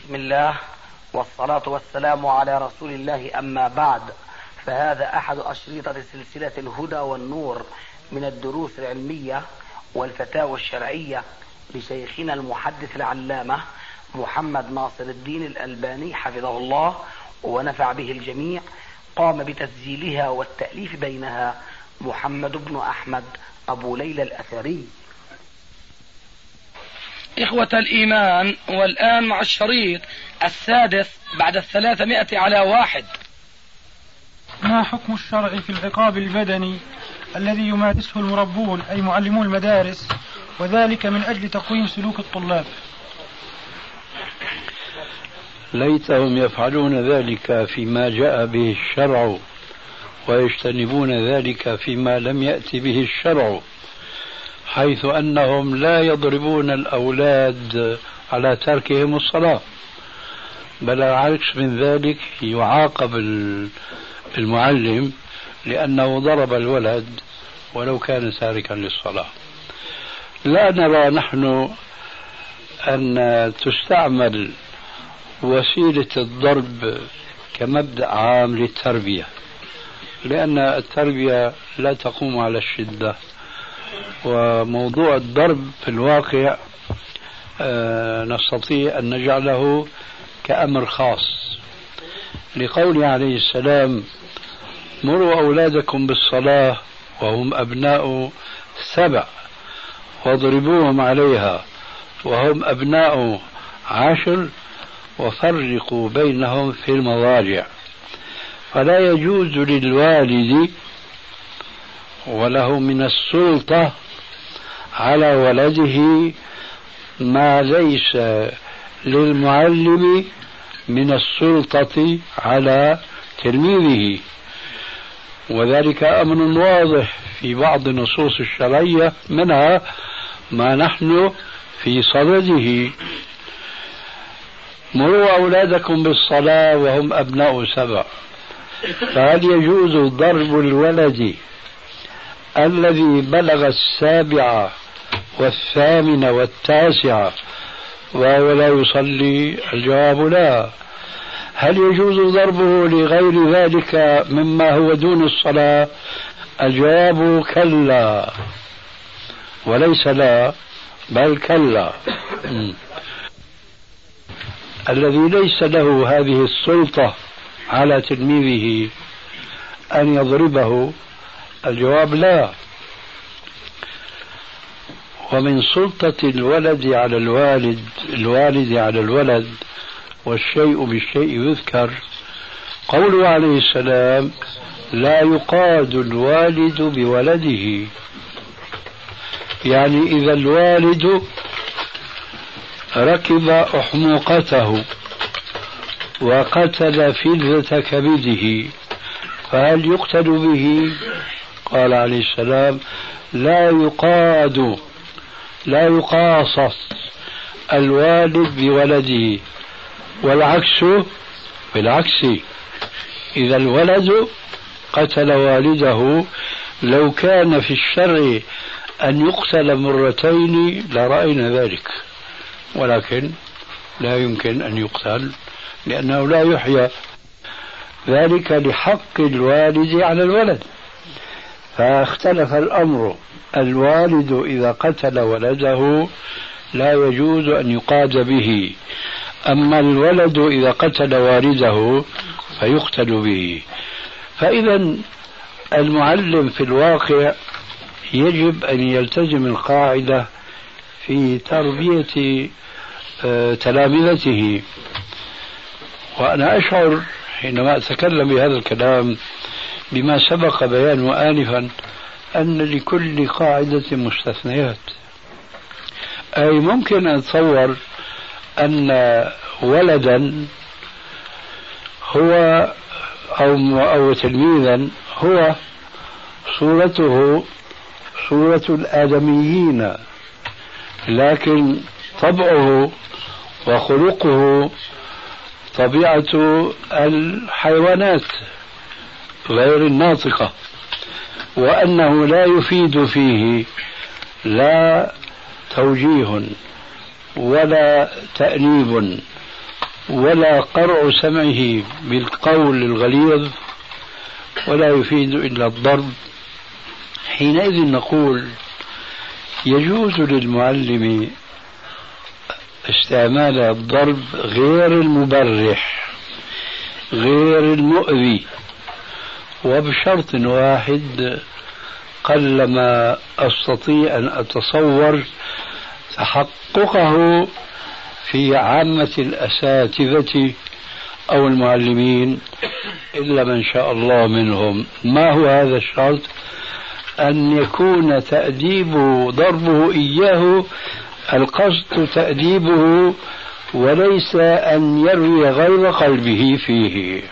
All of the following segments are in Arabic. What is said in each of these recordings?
بسم الله والصلاة والسلام على رسول الله، أما بعد، فهذا أحد أشريطة سلسلة الهدى والنور من الدروس العلمية والفتاوى الشرعية لشيخنا المحدث العلامة محمد ناصر الدين الألباني حفظه الله ونفع به الجميع. قام بتسجيلها والتأليف بينها محمد بن أحمد أبو ليلى الأثري. إخوة الإيمان، والآن مع الشريط السادس بعد 300 ما حكم الشرع في العقاب البدني الذي يمارسه المربون أي معلمو المدارس، وذلك من أجل تقويم سلوك الطلاب؟ ليتهم يفعلون ذلك فيما جاء به الشرع ويجتنبون ذلك فيما لم يأتي به الشرع، حيث أنهم لا يضربون الأولاد على تركهم الصلاة، بل العكس من ذلك، يعاقب المعلم لأنه ضرب الولد ولو كان تاركا للصلاة. لا نرى نحن أن تستعمل وسيلة الضرب كمبدأ عام للتربية، لأن التربية لا تقوم على الشدة، وموضوع الضرب في الواقع نستطيع أن نجعله كأمر خاص، لقوله عليه السلام: مروا أولادكم بالصلاة وهم أبناء 7 واضربوهم عليها وهم أبناء 10 وفرقوا بينهم في المضاجع. فلا يجوز للوالد وله من السلطة على ولده ما ليس للمعلم من السلطة على تلميذه، وذلك أمر واضح في بعض النصوص الشرعية، منها ما نحن في صدده: مروا أولادكم بالصلاة وهم أبناء 7. فهل يجوز ضرب الولد الذي بلغ 7 و8 و9 وهو لا يصلي؟ الجواب لا. هل يجوز ضربه لغير ذلك مما هو دون الصلاة؟ الجواب كلا، وليس لا بل كلا. الذي ليس له هذه السلطة على تلميذه أن يضربه، الجواب لا. ومن سلطة الولد على الوالد على الولد، والشيء بالشيء يذكر، قوله عليه السلام: لا يقاد الوالد بولده. يعني إذا الوالد ركب أحموقته وقتل فلذة كبده فهل يقتل به؟ قال عليه السلام: لا يقاصص الوالد بولده، والعكس بالعكس. إذا الولد قتل والده لو كان في الشرع أن يقتل 2 لرأينا ذلك، ولكن لا يمكن أن يقتل لأنه لا يحيى، ذلك لحق الوالد على الولد. فاختلف الأمر، الوالد إذا قتل ولده لا يجوز أن يقاد به، أما الولد إذا قتل والده فيقتل به. فإذا المعلم في الواقع يجب أن يلتزم القاعدة في تربية تلامذته. وأنا أشعر حينما أتكلم بهذا الكلام بما سبق بيانه آنفا أن لكل قاعدة مستثنيات. أي ممكن أن أتصور أن ولدا هو أو تلميذا هو صورته صورة الآدميين، لكن طبعه وخلقه طبيعة الحيوانات غير الناطقة، وأنه لا يفيد فيه لا توجيه ولا تأنيب ولا قرع سمعه بالقول الغليظ ولا يفيد إلا الضرب، حينئذ نقول يجوز للمعلم استعمال الضرب غير المبرح غير المؤذي، وبشرط واحد قلما أستطيع أن أتصور تحققه في عامة الأساتذة أو المعلمين إلا من شاء الله منهم. ما هو هذا الشرط؟ أن يكون تأديبه ضربه إياه القصد تأديبه وليس أن يروي غيظ قلبه فيه.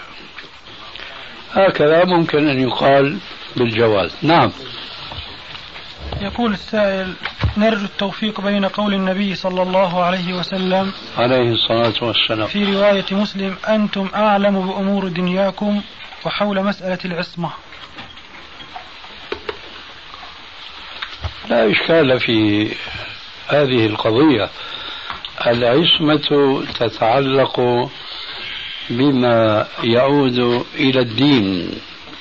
هكذا ممكن أن يقال بالجواز. نعم. يقول السائل: نرجو التوفيق بين قول النبي صلى الله عليه وسلم عليه الصلاة والسلام في رواية مسلم: أنتم أعلم بأمور دنياكم، وحول مسألة العصمة. لا إشكال في هذه القضية. العصمة تتعلق بما يعود إلى الدين،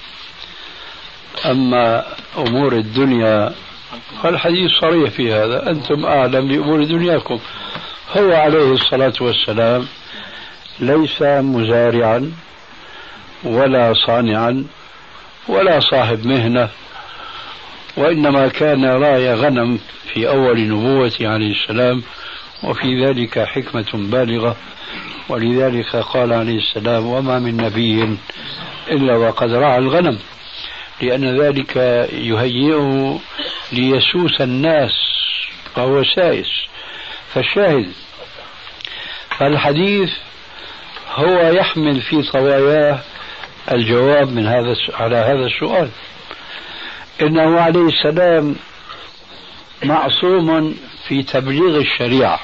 أما أمور الدنيا فالحديث صريح في هذا: أنتم أعلم بأمور دنياكم. هو عليه الصلاة والسلام ليس مزارعا ولا صانعا ولا صاحب مهنة، وإنما كان راعي غنم في أول نبوته عليه السلام، وفي ذلك حكمة بالغة، ولذلك قال عليه السلام: وما من نبي إلا وقد رعى الغنم، لأن ذلك يهيئه ليسوس الناس فهو سائس. فالشاهد فالحديث هو يحمل في طواياه الجواب من على هذا السؤال. إنه عليه السلام معصوم في تبليغ الشريعة،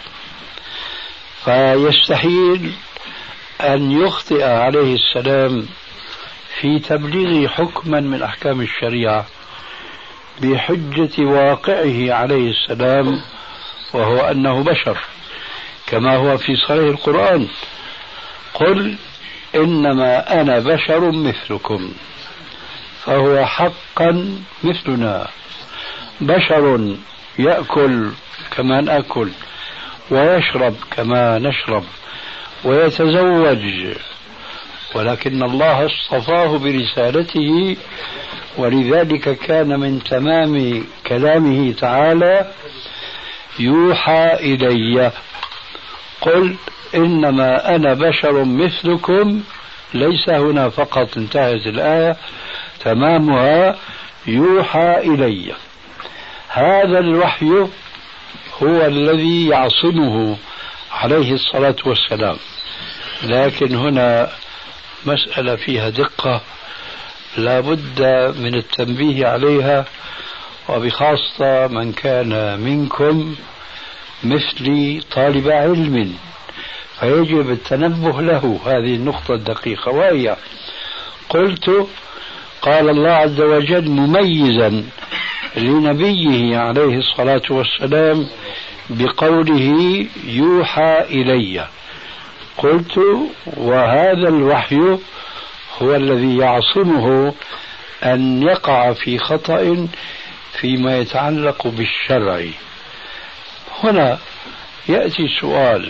فيستحيل أن يخطئ عليه السلام في تبليغ حكما من أحكام الشريعة بحجة واقعه عليه السلام، وهو أنه بشر، كما هو في صحيح القرآن: قل إنما أنا بشر مثلكم. فهو حقا مثلنا، بشر يأكل كما نأكل، ويشرب كما نشرب، ويتزوج، ولكن الله اصطفاه برسالته، ولذلك كان من تمام كلامه تعالى: يوحى إلي. قل إنما أنا بشر مثلكم، ليس هنا فقط انتهت الآية، تمامها يوحى إلي. هذا الوحي هو الذي يعصمه عليه الصلاة والسلام. لكن هنا مسألة فيها دقة لا بد من التنبيه عليها، وبخاصة من كان منكم مثلي طالب علم، فيجب التنبه له هذه النقطة الدقيقة. وهي قلت: قال الله عز وجل مميزا لنبيه عليه الصلاة والسلام بقوله يوحى إلي. قلت: وهذا الوحي هو الذي يعصمه أن يقع في خطأ فيما يتعلق بالشرع. هنا يأتي السؤال: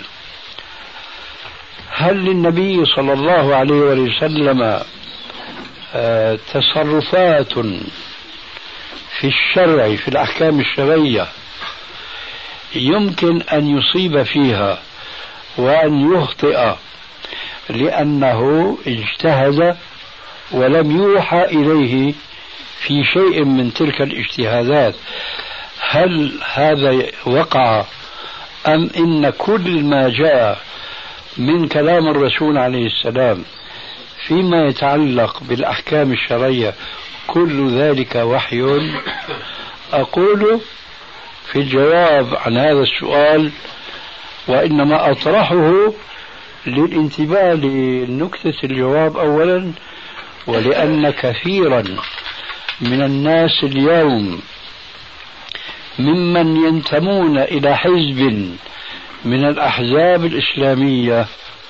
هل للنبي صلى الله عليه وسلم تصرفات في الشرع في الأحكام الشرعية يمكن أن يصيب فيها وأن يخطئ لأنه اجتهد ولم يوحى إليه في شيء من تلك الاجتهادات؟ هل هذا وقع، أم إن كل ما جاء من كلام الرسول عليه السلام فيما يتعلق بالأحكام الشرعية كل ذلك وحي؟ أقول في الجواب عن هذا السؤال، وإنما أطرحه للانتباه لنكتة الجواب أولا، ولأن كثيرا من الناس اليوم ممن ينتمون إلى حزب من الأحزاب الإسلامية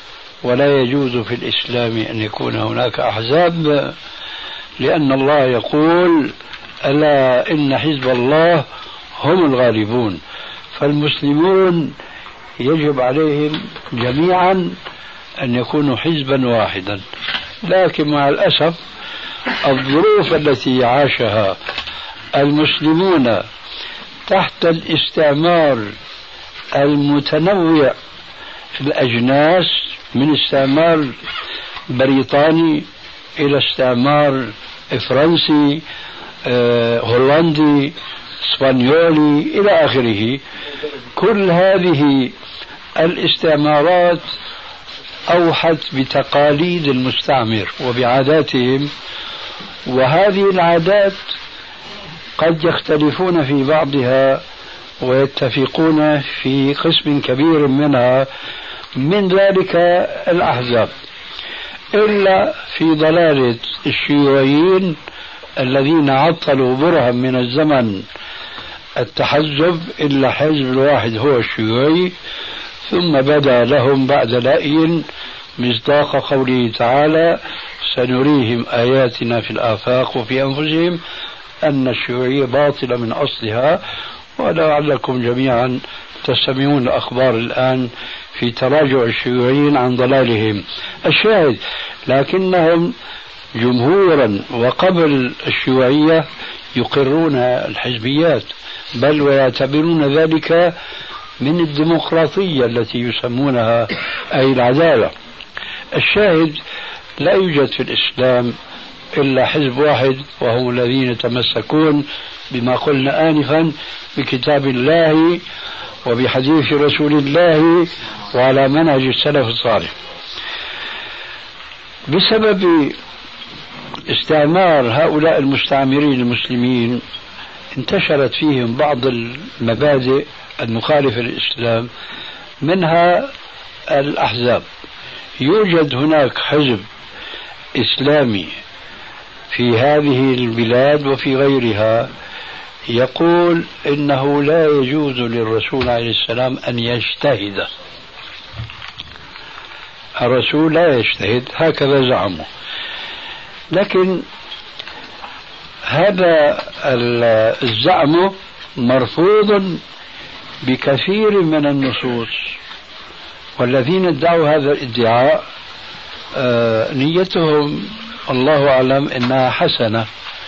ولا يجوز في الإسلام أن يكون هناك أحزاب، لأن الله يقول ألا إن حزب الله هم الغالبون. فالمسلمون يجب عليهم جميعا أن يكونوا حزبا واحدا، لكن مع الأسف الظروف التي عاشها المسلمون تحت الاستعمار المتنوع في الأجناس، من استعمار بريطاني إلى استعمار فرنسي، هولندي، اسبانيولي إلى آخره، كل هذه الاستعمارات أوحت بتقاليد المستعمر وبعاداتهم، وهذه العادات قد يختلفون في بعضها ويتفقون في قسم كبير منها، من ذلك الأحزاب، إلا في ضلالة الشيوعيين الذين عطلوا برهًا من الزمن التحزب، إلا حزب الواحد هو الشيوعي، ثم بدا لهم بعد لأي مصداق قوله تعالى سنريهم آياتنا في الآفاق وفي أنفسهم أن الشيوعية باطلة من أصلها. ولعلكم جميعا تستمعون الأخبار الآن في تراجع الشيوعيين عن ضلالهم. الشاهد لكنهم جمهورا وقبل الشيوعية يقرون الحزبيات، بل ويعتبرون ذلك من الديمقراطية التي يسمونها أي العدالة. الشاهد لا يوجد في الإسلام إلا حزب واحد، وهم الذين يتمسكون بما قلنا آنفا بكتاب الله وبحديث رسول الله وعلى منهج السلف الصالح. بسبب استعمار هؤلاء المستعمرين المسلمين انتشرت فيهم بعض المبادئ المخالفة للإسلام، منها الأحزاب. يوجد هناك حزب إسلامي في هذه البلاد وفي غيرها يقول إنه لا يجوز للرسول عليه السلام أن يجتهد. الرسول لا يجتهد، هكذا زعموا. لكن هذا الزعم مرفوض بكثير من النصوص، والذين ادعوا هذا الادعاء نيتهم الله أعلم إنها حسنة،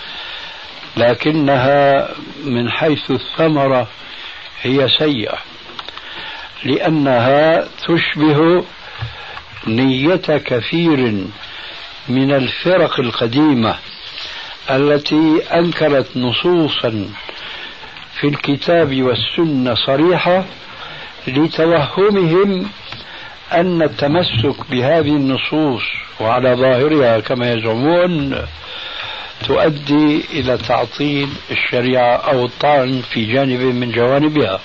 لكنها من حيث الثمرة هي سيئة، لأنها تشبه نية كثير من الفرق القديمة التي أنكرت نصوصا في الكتاب والسنة صريحة لتوهمهم أن التمسك بهذه النصوص وعلى ظاهرها كما يزعمون تؤدي إلى تعطيل الشريعة أو الطعن في جانب من جوانبها.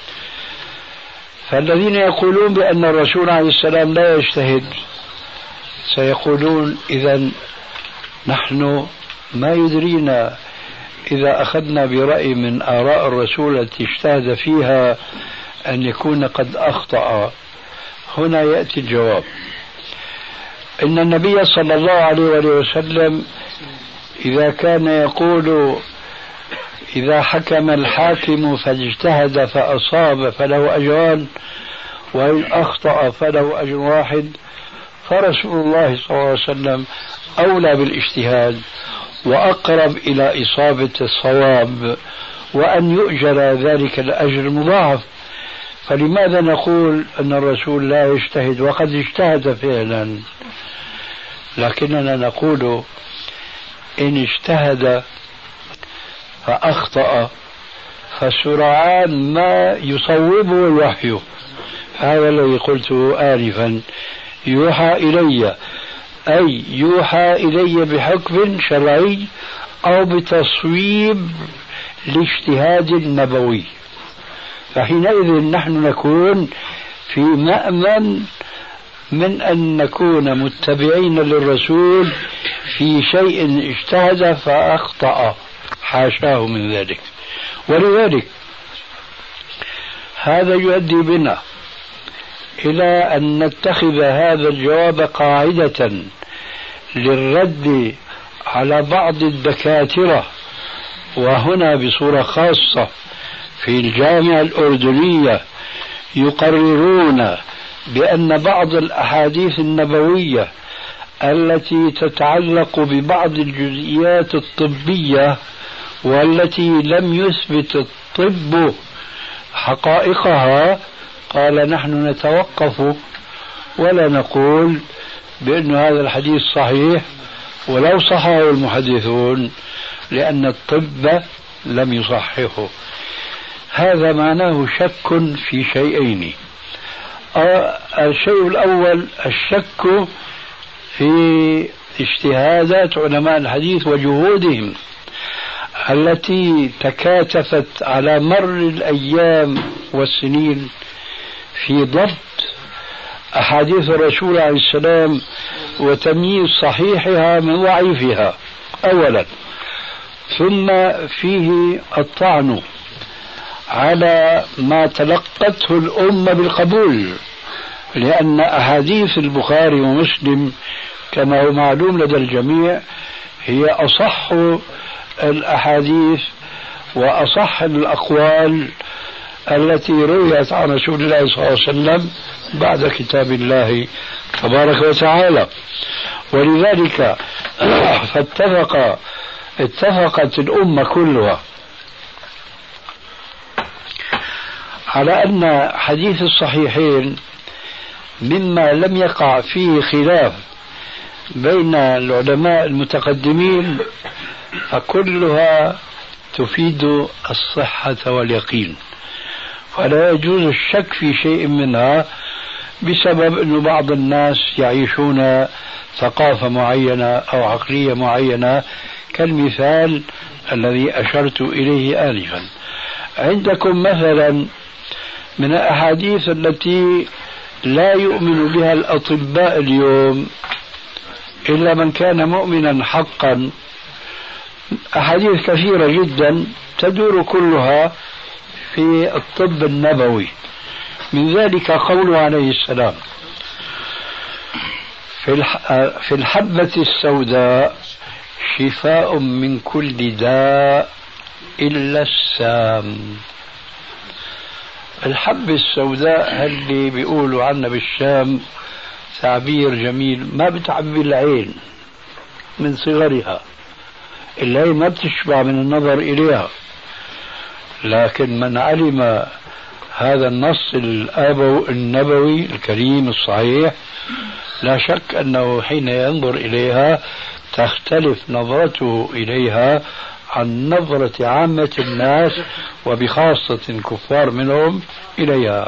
فالذين يقولون بأن الرسول عليه السلام لا يجتهد سيقولون إذن نحن ما يدرينا إذا أخذنا برأي من آراء الرسول التي اجتهد فيها أن يكون قد أخطأ. هنا يأتي الجواب، إن النبي صلى الله عليه وسلم إذا كان يقول إذا حكم الحاكم فاجتهد فأصاب فله أجران وإن أخطأ فله أجر واحد، فرسول الله صلى الله عليه وسلم أولى بالاجتهاد وأقرب إلى إصابة الصواب وأن يؤجر ذلك الأجر المضاعف. فلماذا نقول أن الرسول لا يجتهد وقد اجتهد فعلا؟ لكننا نقول إن اجتهد فأخطأ فسرعان ما يصوبه الوحي. هذا الذي قلته آنفا، يوحى إلي، أي يوحى إلي بحكم شرعي أو بتصويب لاجتهاد نبوي، فحينئذ نحن نكون في مأمن من أن نكون متبعين للرسول في شيء اجتهد فأخطأ، حاشاه من ذلك. ولذلك هذا يؤدي بنا إلى أن نتخذ هذا الجواب قاعدة للرد على بعض الدكاترة، وهنا بصورة خاصة في الجامعة الأردنية يقررون بأن بعض الأحاديث النبوية التي تتعلق ببعض الجزئيات الطبية والتي لم يثبت الطب حقائقها، قال نحن نتوقف ولا نقول بأن هذا الحديث صحيح ولو صححه المحدثون، لأن الطب لم يصححه. هذا معناه شك في شيئين. الشيء الأول الشك في اجتهادات علماء الحديث وجهودهم التي تكاتفت على مر الأيام والسنين في ضبط أحاديث الرسول عليه السلام وتمييز صحيحها من ضعيفها أولا، ثم فيه الطعن على ما تلقته الأمة بالقبول، لأن أحاديث البخاري ومسلم كما هو معلوم لدى الجميع هي أصح الأحاديث وأصح الأقوال التي رويت عن رسول الله صلى الله عليه وسلم بعد كتاب الله تبارك وتعالى. ولذلك اتفقت الأمة كلها على أن حديث الصحيحين مما لم يقع فيه خلاف بين العلماء المتقدمين، فكلها تفيد الصحة واليقين، فلا يجوز الشك في شيء منها بسبب أن بعض الناس يعيشون ثقافة معينة أو عقلية معينة، كالمثال الذي أشرت إليه آنفا. عندكم مثلا من الأحاديث التي لا يؤمن بها الأطباء اليوم إلا من كان مؤمنا حقا، أحاديث كثيرة جدا تدور كلها في الطب النبوي. من ذلك قوله عليه السلام في الحبة السوداء شفاء من كل داء إلا السام. الحبة السوداء اللي بيقولوا عنها بالشام تعبير جميل، ما بتعبي العين من صغرها، العين ما بتشبع من النظر إليها، لكن من علم هذا النص النبوي الكريم الصحيح لا شك أنه حين ينظر إليها تختلف نظرته إليها عن نظرة عامة الناس وبخاصة الكفار منهم إليها.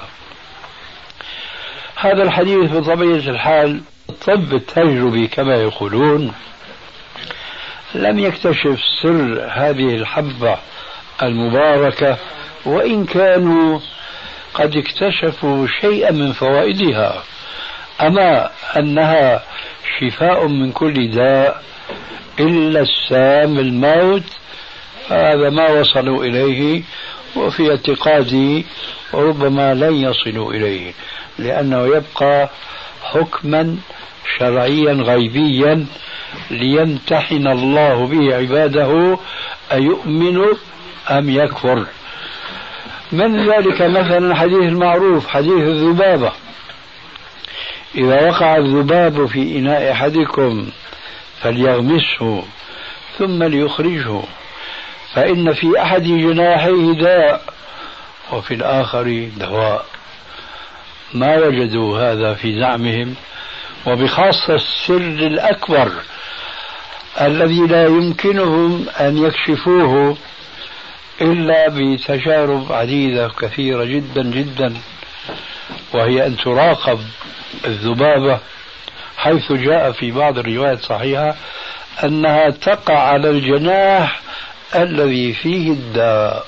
هذا الحديث بطبيعة الحال الطب التجربي كما يقولون لم يكتشف سر هذه الحبة المباركة، وإن كانوا قد اكتشفوا شيئا من فوائدها، أما أنها شفاء من كل داء إلا السام الموت، هذا ما وصلوا إليه، وفي اعتقادي ربما لن يصلوا إليه، لأنه يبقى حكما شرعيا غيبيا ليمتحن الله به عباده أيؤمن أم يكفر. من ذلك مثلا الحديث المعروف حديث الذبابة، إذا وقع الذباب في إناء أحدكم فليغمسه ثم ليخرجه، فإن في أحد جناحيه داء وفي الآخر دواء. ما وجدوا هذا في زعمهم، وبخاصة السر الأكبر الذي لا يمكنهم أن يكشفوه إلا بتجارب عديدة كثيرة جدا جدا، وهي أن تراقب الذبابة، حيث جاء في بعض الروايات الصحيحة أنها تقع على الجناح الذي فيه الداء.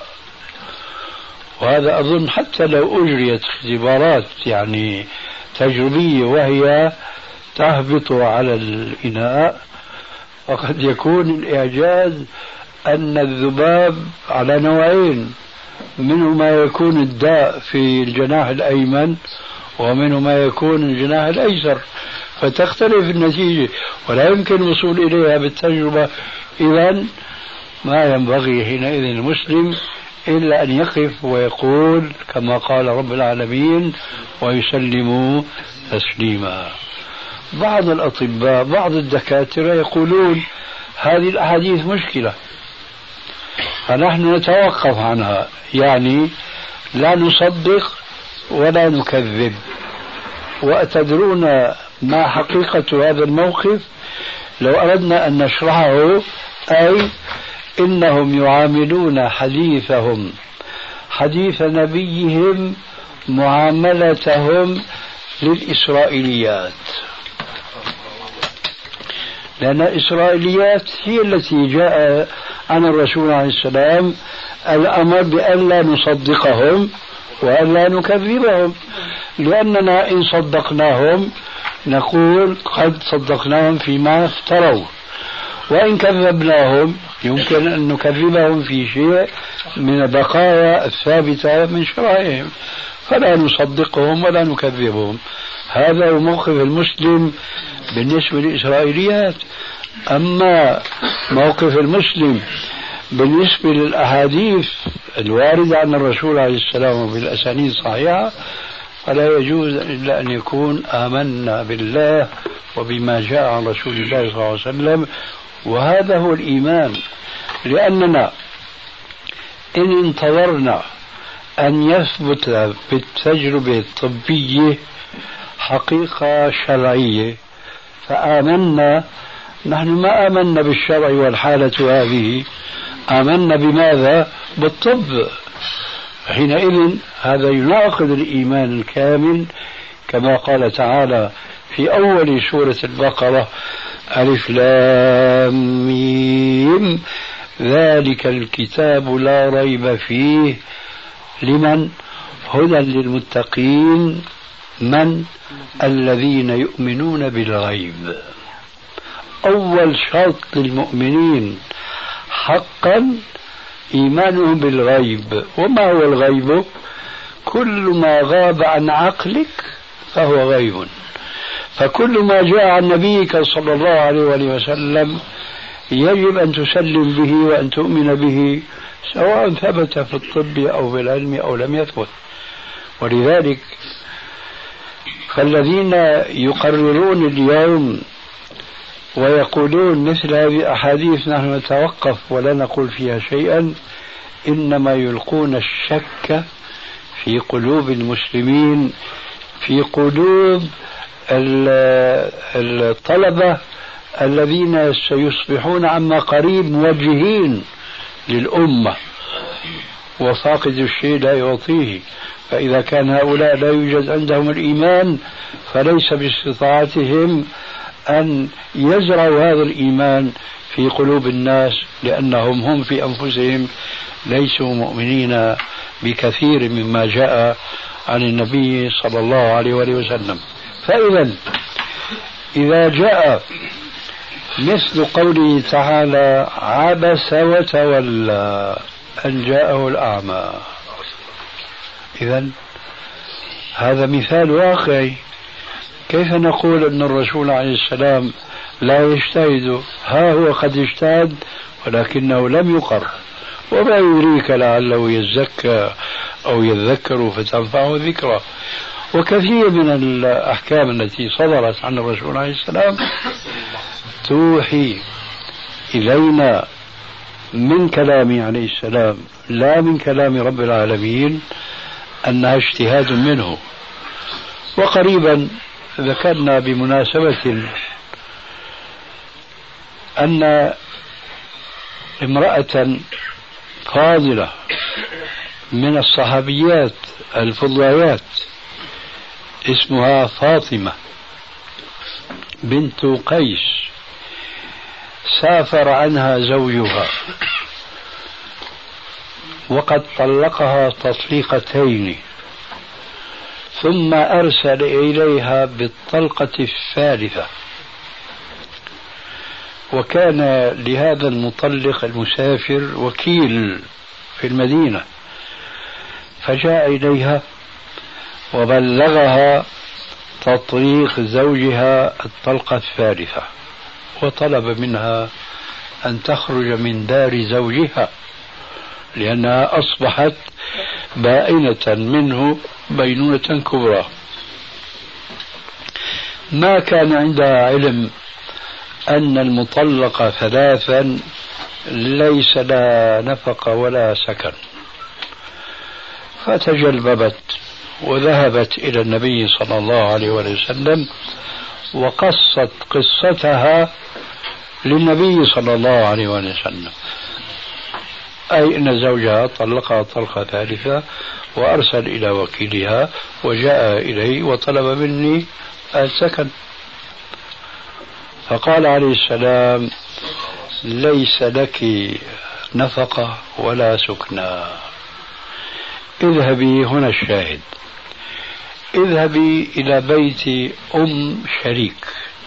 وهذا أظن حتى لو أجريت اختبارات يعني تجريبية وهي تهبط على الإناء، وقد يكون الإعجاز أن الذباب على نوعين، منه ما يكون الداء في الجناح الأيمن ومنه ما يكون الجناح الأيسر، فتختلف النتيجة ولا يمكن الوصول إليها بالتجربة. إذن ما ينبغي حينئذ المسلم إلا أن يقف ويقول كما قال رب العالمين ويسلموا تسليما. بعض الأطباء بعض الدكاترة يقولون هذه الأحاديث مشكلة، فنحن نتوقف عنها، يعني لا نصدق ولا نكذب. وأتدرون ما حقيقة هذا الموقف؟ لو أردنا أن نشرحه، أي إنهم يعاملون حديثهم حديث نبيهم معاملتهم للإسرائيليات، لأن الإسرائيليات هي التي جاء عن الرسول عليه السلام الأمر بأن لا نصدقهم وأن لا نكذبهم، لأننا إن صدقناهم نقول قد صدقناهم فيما افتروا، وإن كذبناهم يمكن أن نكذبهم في شيء من البقايا الثابتة من شرائعهم، فلا نصدقهم ولا نكذبهم. هذا هو موقف المسلم بالنسبة للإسرائيليات. أما موقف المسلم بالنسبة للأحاديث الواردة عن الرسول عليه السلام بالأسانيد الصحيحة فلا يجوز إلا أن يكون آمنا بالله وبما جاء عن رسول الله صلى الله عليه وسلم، وهذا هو الإيمان. لأننا إن انتظرنا أن يثبت بالتجربة الطبية حقيقة شرعية فآمنا، نحن ما آمنا بالشرع والحالة هذه، آمنا بماذا؟ بالطب. حينئذ هذا يناقض الإيمان الكامل، كما قال تعالى في أول سورة البقرة: ألف لام ميم ذلك الكتاب لا ريب فيه لمن هدى للمتقين من الذين يؤمنون بالغيب. أول شرط للمؤمنين حقا إيمانهم بالغيب. وما هو الغيب؟ كل ما غاب عن عقلك فهو غيب، فكل ما جاء عن نبيك صلى الله عليه وسلم يجب أن تسلم به وأن تؤمن به، سواء ثبت في الطب أو في العلم أو لم يثبت. ولذلك فالذين يقررون اليوم ويقولون مثل هذه الأحاديث نحن نتوقف ولا نقول فيها شيئا، إنما يلقون الشك في قلوب المسلمين، في قلوب الطلبة الذين سيصبحون عما قريب موجهين للأمة، وفاقد الشيء لا يعطيه. فإذا كان هؤلاء لا يوجد عندهم الإيمان فليس باستطاعتهم أن يزرعوا هذا الإيمان في قلوب الناس، لأنهم هم في أنفسهم ليسوا مؤمنين بكثير مما جاء عن النبي صلى الله عليه وسلم. فإذا إذا جاء مثل قوله تعالى: عبس وتولى أن جاءه الأعمى، إذن هذا مثال واقعي. كيف نقول أن الرسول عليه السلام لا يجتهد؟ ها هو قد اجتهد ولكنه لم يقر، وما يدريك لعله يزكى أو يذكر فتنفعه ذكرى. وكثير من الأحكام التي صدرت عن الرسول عليه السلام توحي إلينا من كلامه عليه السلام لا من كلام رب العالمين أنها اجتهاد منه. وقريبا ذكرنا بمناسبة أن امرأة فاضلة من الصحابيات الفضليات اسمها فاطمة بنت قيس سافر عنها زوجها وقد طلقها تطليقتين، ثم أرسل إليها بالطلقة الثالثة، وكان لهذا المطلق المسافر وكيل في المدينة، فجاء إليها وبلغها تطليق زوجها الطلقة الثالثة، وطلب منها أن تخرج من دار زوجها لأنها أصبحت بائنة منه بينونة كبرى. ما كان عندها علم أن المطلقة ثلاثا ليس لها نفقة ولا سكن، فتجلببت وذهبت إلى النبي صلى الله عليه وسلم وقصت قصتها للنبي صلى الله عليه وسلم، أي أن زوجها طلقها طلقة ثالثة وأرسل إلى وكيلها وجاء إليه وطلب مني السكن. فقال عليه السلام: ليس لك نفقة ولا سكنى، اذهبي، هنا الشاهد، اذهبي إلى بيت أم شريك،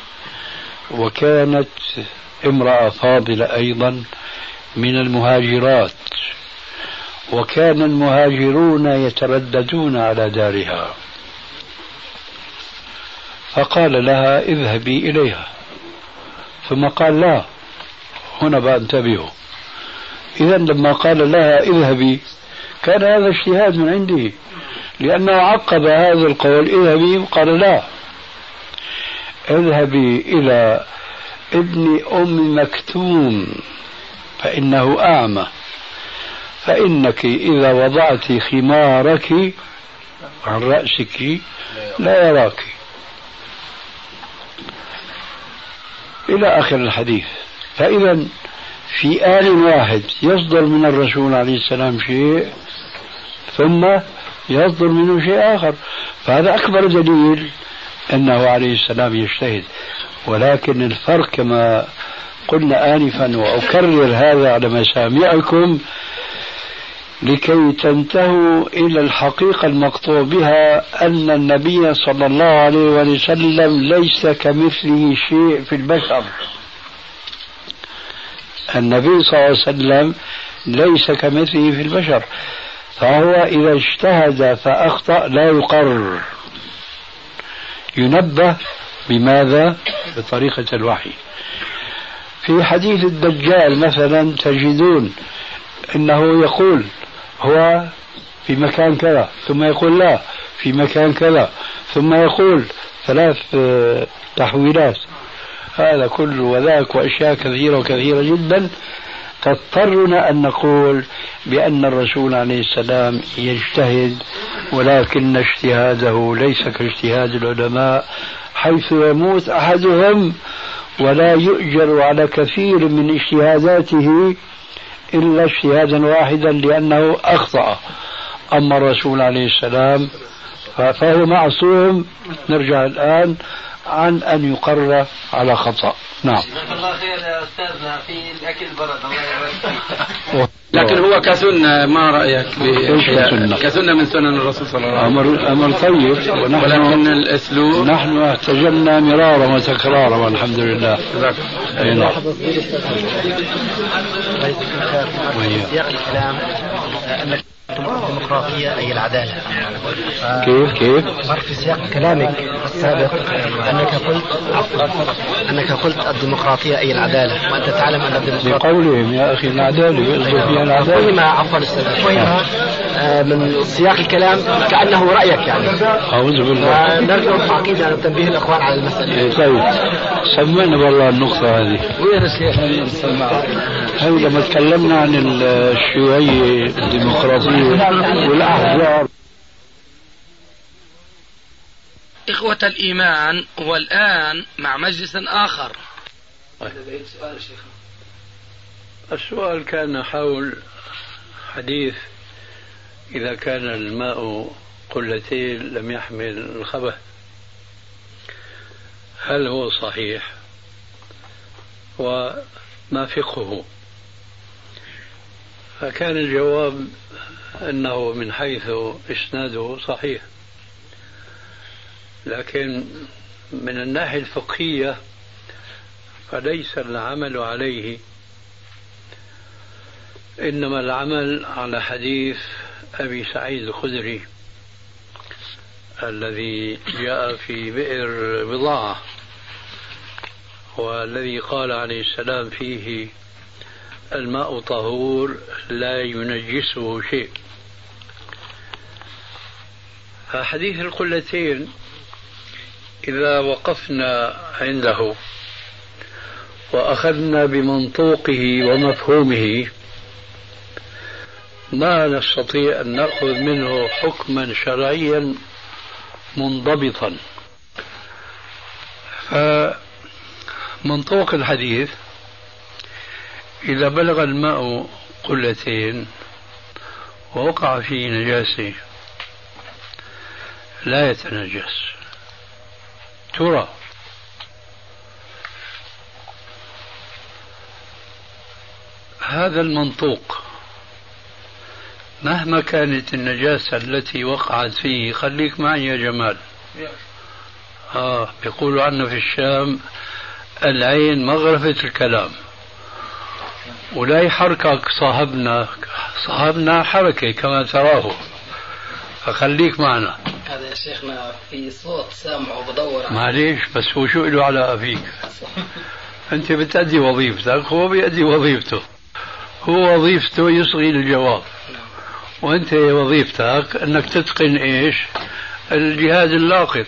وكانت امرأة فاضلة أيضا من المهاجرات، وكان المهاجرون يترددون على دارها، فقال لها: اذهبي إليها. ثم قال: لا، هنا بقى انتبهوا، إذا لما قال لها اذهبي كان هذا اجتهاد من عندي، لأنه عقب هذا القول اذهبي وقال: لا، اذهبي إلى ابن أم مكتوم فإنه أعمى، فإنك إذا وضعت خمارك عن رأسك لا يراك، إلى آخر الحديث. فإذا في آن واحد يصدر من الرسول عليه السلام شيء ثم يصدر منه شيء آخر، فهذا أكبر دليل أنه عليه السلام يجتهد. ولكن الفرق كما قلنا آنفا وأكرر هذا على مسامعكم لكي تنتهوا إلى الحقيقة المقطوع بها، أن النبي صلى الله عليه وسلم ليس كمثله شيء في البشر. النبي صلى الله عليه وسلم ليس كمثله في البشر، فهو إذا اجتهد فأخطأ لا يقرر، ينبه. بماذا؟ بطريقة الوحي. في حديث الدجال مثلا تجدون أنه يقول هو في مكان كذا، ثم يقول لا في مكان كذا، ثم يقول 3 تحويلات. هذا كله وذاك وأشياء كثيرة وكثيرة جدا تضطرنا أن نقول بأن الرسول عليه السلام يجتهد، ولكن اجتهاده ليس كاجتهاد العلماء، حيث يموت أحدهم ولا يؤجر على كثير من اجتهاداته إلا اجتهادا واحدا لأنه أخطأ. أما الرسول عليه السلام فهو معصوم، نرجع الآن عن أن يقر على خطأ. نعم. الله خير يا أستاذنا في الأكل برد، الله يبارك. لكن هو كسنة، ما رأيك كسنة من سنن الرسول صلى الله عليه وسلم؟ أمر طيب، ولكن الأسلوب نحن احتجمنا مرارا وتكرارا والحمد لله. سياق الكلام أنك الديمقراطية أي العدالة. كيف؟ مر في سياق كلامك السابق أنك قلت الديمقراطية أي العدالة، وأنت تعلم أن الديمقراطية بقولهم يا أخي العدالة يقصد فيها العدالة. فهم عفوا فهم من سياق الكلام كأنه رأيك يعني. أعوذ بالله. نرجو التعقيد على تنبيه الأخوان على المسألة. طيب سمعنا والله النقطة هذه. وين الشيخ نسمعها؟ هذه لما تكلمنا عن الشيوعية الديمقراطية والأحزاب. إخوة الإيمان، والآن مع مجلس آخر. السؤال كان حول حديث إذا كان الماء قلتين لم يحمل الخبث، هل هو صحيح وما فقهه؟ فكان الجواب أنه من حيث إسناده صحيح، لكن من الناحية الفقهية فليس العمل عليه، إنما العمل على حديث أبي سعيد الخدري الذي جاء في بئر بضاعة، والذي قال عليه السلام فيه الماء طهور لا ينجسه شيء. فحديث القلتين إذا وقفنا عنده وأخذنا بمنطوقه ومفهومه ما نستطيع أن نأخذ منه حكما شرعيا منضبطا. فمنطوق الحديث إذا بلغ الماء قلتين ووقع فيه نجاسة لا يتنجس. ترى هذا المنطوق مهما كانت النجاسة التي وقعت فيه، خليك معي يا جمال، بيقولوا عنا في الشام العين مغرفة الكلام، ولا يحركك صاحبنا حركة كما تراه، فخليك معنا. هذا يا شيخنا في صوت سامعه بدور معليش، بس هو شو له علاقة فيك؟ أنت بتأدي وظيفتك، هو بيأدي وظيفته. هو وظيفته يصغي الجواب، وأنت وظيفتك أنك تتقن إيش؟ الجهاد اللاقط.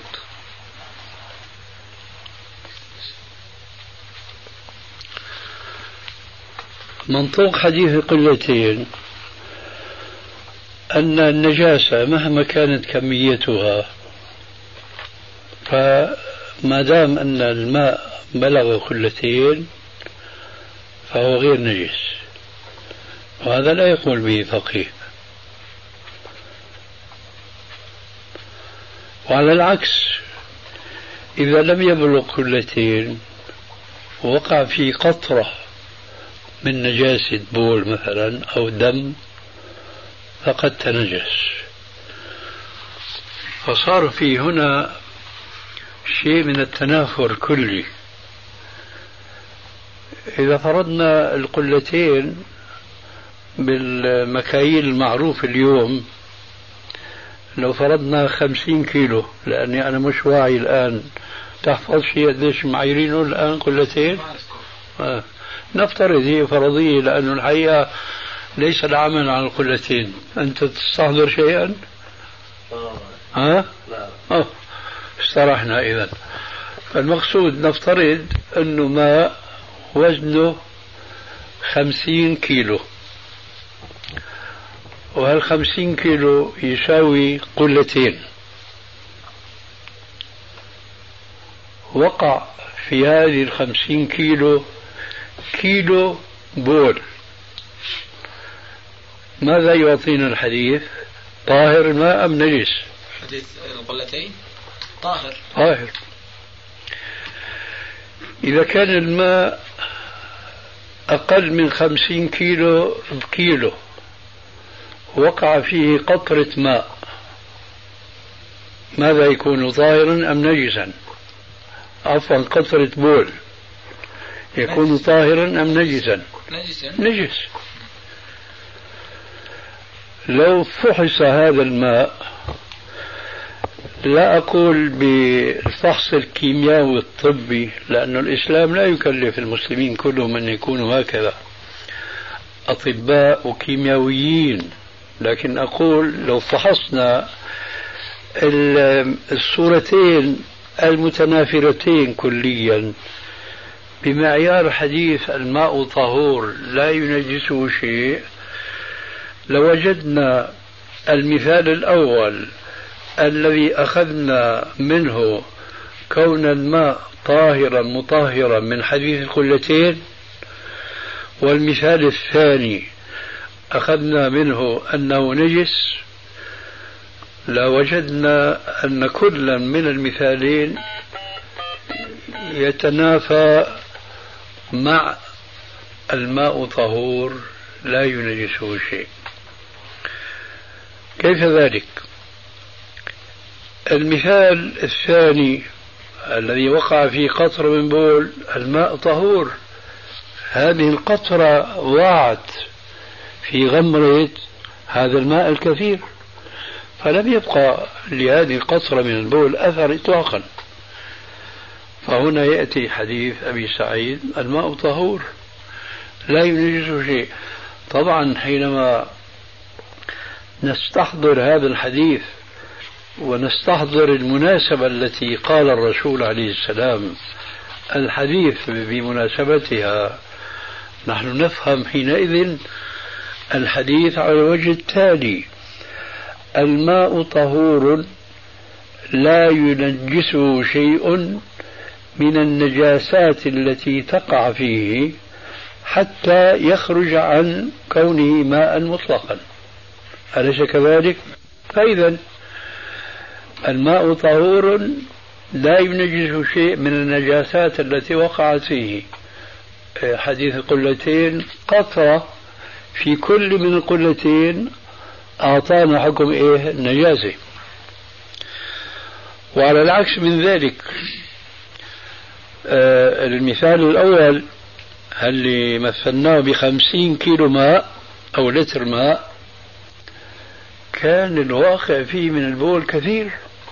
منطوق حديث القلتين أن النجاسة مهما كانت كميتها، فما دام أن الماء بلغ قلتين فهو غير نجس، وهذا لا يقول به فقيه. وعلى العكس إذا لم يبلغ قلتين ووقع في قطرة من نجاسة بول مثلا أو دم فقد تنجس. فصار في هنا شيء من التنافر كلي. إذا فرضنا القلتين بالمكاييل المعروف اليوم، لو فرضنا 50 كيلو، لأني أنا مش واعي الآن، تحفظ شيء قديش معاييرينه الآن قلتين؟ نفترض هي فرضية، لأنه الحقيقة ليس العمل على القلتين. أنت تستحضر شيئا؟ ها؟ استرحنا إذن. فالمقصود نفترض أنه ماء وزنه 50 كيلو، وهال50 كيلو يساوي قلتين. وقع في هذه 50 كيلو بول، ماذا يعطينا الحديث؟ طاهر الماء أم نجس؟ حديث القلتين طاهر. إذا كان الماء أقل من 50 كيلو بكيلو وقع فيه قطرة ماء، ماذا يكون؟ طاهرا أم نجسا؟ عفوا، قطرة بول يكون طاهرا أم نجسا؟ نجس. لو فحص هذا الماء، لا أقول بالفحص الكيميائي الطبي، لأن الإسلام لا يكلف المسلمين كلهم أن يكونوا هكذا أطباء وكيميائيين، لكن أقول لو فحصنا الصورتين المتنافرتين كليا بمعيار حديث الماء طهور لا ينجسه شيء، لوجدنا المثال الأول الذي أخذنا منه كون الماء طاهرا مطهرا من حديث القلتين، والمثال الثاني أخذنا منه أنه نجس، لوجدنا أن كل من المثالين يتنافى مع الماء طهور لا ينجسه شيء. كيف ذلك؟ المثال الثاني الذي وقع فيه قطرة من بول، الماء طهور، هذه القطرة ضاعت في غمرة هذا الماء الكثير، فلم يبقى لهذه القطرة من البول أثر إطلاقا. فهنا يأتي حديث أبي سعيد الماء طهور لا ينجسه شيء. طبعا حينما نستحضر هذا الحديث ونستحضر المناسبة التي قال الرسول عليه السلام الحديث بمناسبتها، نحن نفهم حينئذ الحديث على الوجه التالي: الماء طهور لا ينجسه شيء من النجاسات التي تقع فيه حتى يخرج عن كونه ماء مطلقا. أليس كذلك؟ فإذا الماء طهور لا ينجسه شيء من النجاسات التي وقعت فيه. حديث القلتين قطرة في كل من القلتين أعطانا حكم إيه؟ النجاسة. وعلى العكس من ذلك المثال الأول اللي مثلناه ب50 كيلو ماء أو لتر ماء كان الواقع فيه من البول كثير،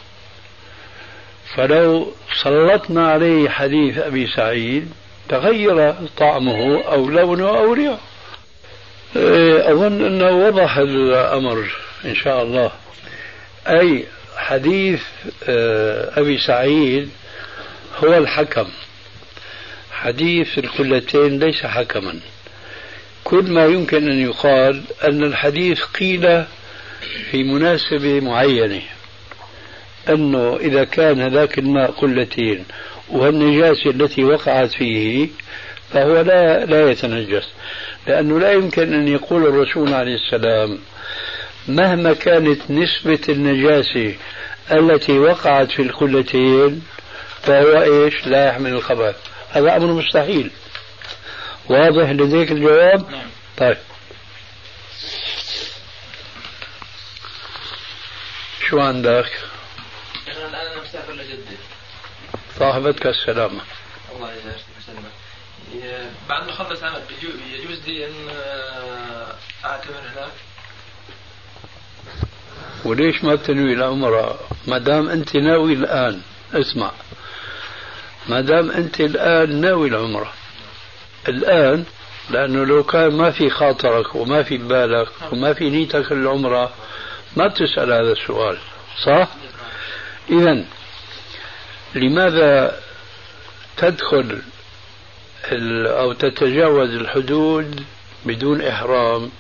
فلو سلطنا عليه حديث أبي سعيد تغير طعمه أو لونه أو ريحه. أظن أنه وضح الأمر إن شاء الله. أي حديث أبي سعيد هو الحكم، حديث القلتين ليس حكما. كل ما يمكن أن يقال أن الحديث قيل في مناسبة معينة، أنه إذا كان ذاك الماء قلتين والنجاسة التي وقعت فيه فهو لا يتنجس، لأنه لا يمكن أن يقول الرسول عليه السلام مهما كانت نسبة النجاسة التي وقعت في القلتين فهو إيش لا يحمل الخبث. هذا أمر مستحيل. واضح لديك الجواب؟ طيب شو عندك؟ أنا مسافر لجدة. صاحبتك السلامة. الله يسلمك. بعد ما أخلص عمل يجوز لي أن أعتمر هناك؟ وليش ما تنوي العمرة ما دام أنت ناوي الآن؟ اسمع، ما دام أنت الآن ناوي العمرة الآن، لأنه لو كان ما في خاطرك وما في بالك وما في نيتك العمرة ما بتسأل هذا السؤال، صح؟ إذن لماذا تدخل أو تتجاوز الحدود بدون إحرام؟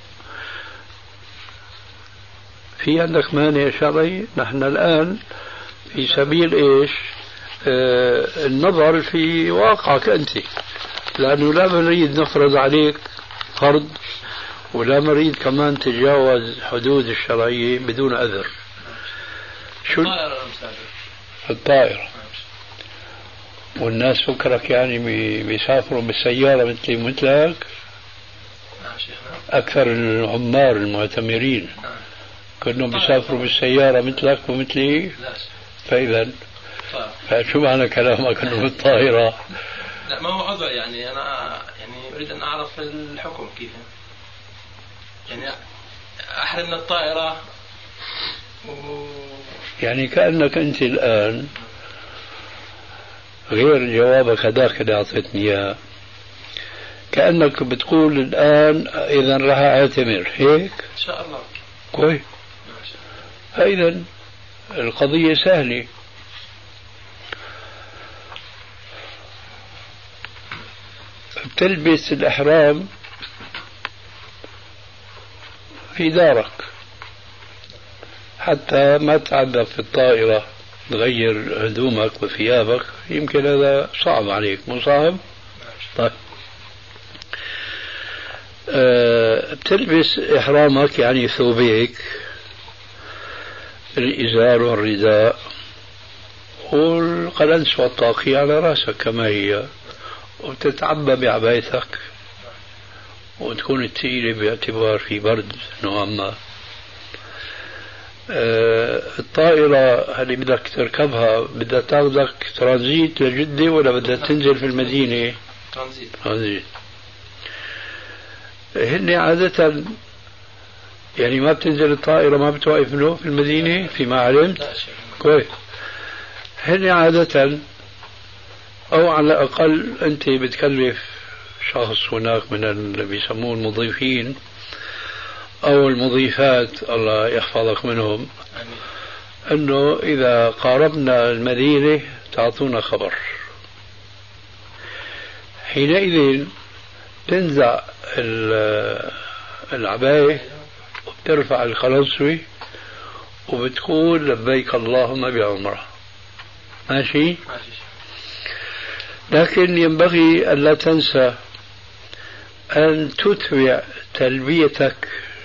في عندك مانع شرعي؟ نحن الآن في سبيل إيش؟ النظر في واقعك أنت، لأنه لا نريد نفرض عليك فرض ولا نريد كمان تجاوز حدود الشرعية بدون أذر. شو الطائرة؟ والناس فكرك يعني بيسافروا بالسيارة مثلي مثلك؟ أكثر العمار المعتمرين كلهم بيسافروا بالسيارة مثلك ومثلي؟ فإذا فشو معنى كلامك أنه بالطائرة؟ لا ما هو عذر، يعني أنا يعني أريد أن أعرف الحكم كيف، يعني أحرم من الطائرة يعني كأنك أنت الآن غير جوابك هذاك اللي أعطيتني إياه، كأنك بتقول الآن إذا راح أعتمر، هيك؟ إن شاء الله. كويس. فإذا القضية سهلة. بتلبس الإحرام في دارك حتى ما تعذب في الطائرة تغير هدومك وثيابك، يمكن هذا صعب عليك، مو صعب؟ طيب بتلبس إحرامك يعني ثوبيك، الإزار والرداء والقلنس والطاقية على رأسك كما هي، وتتعبى بعبايتك وتكون الثقيلة باعتبار في برد نوعا ما. الطائرة اللي بدك تركبها بدها تاخذك ترانزيت لجدة ولا بدها تنزل في المدينة؟ ترانزيت. هن عادة يعني ما بتنزل الطائرة ما بتوقف له في المدينة فيما علمت؟ كويس. هن عادة أو على الأقل أنت بتكلف شخص هناك من اللي بيسموه المضيفين أو المضيفات الله يحفظك منهم أنه إذا قاربنا المدينة تعطونا خبر. حينئذ تنزع العباية وبترفع القلنسوة وبتقول لبيك اللهم بعمرة. ماشي؟ لكن ينبغي ألا تنسى أن تتبع تلبيتك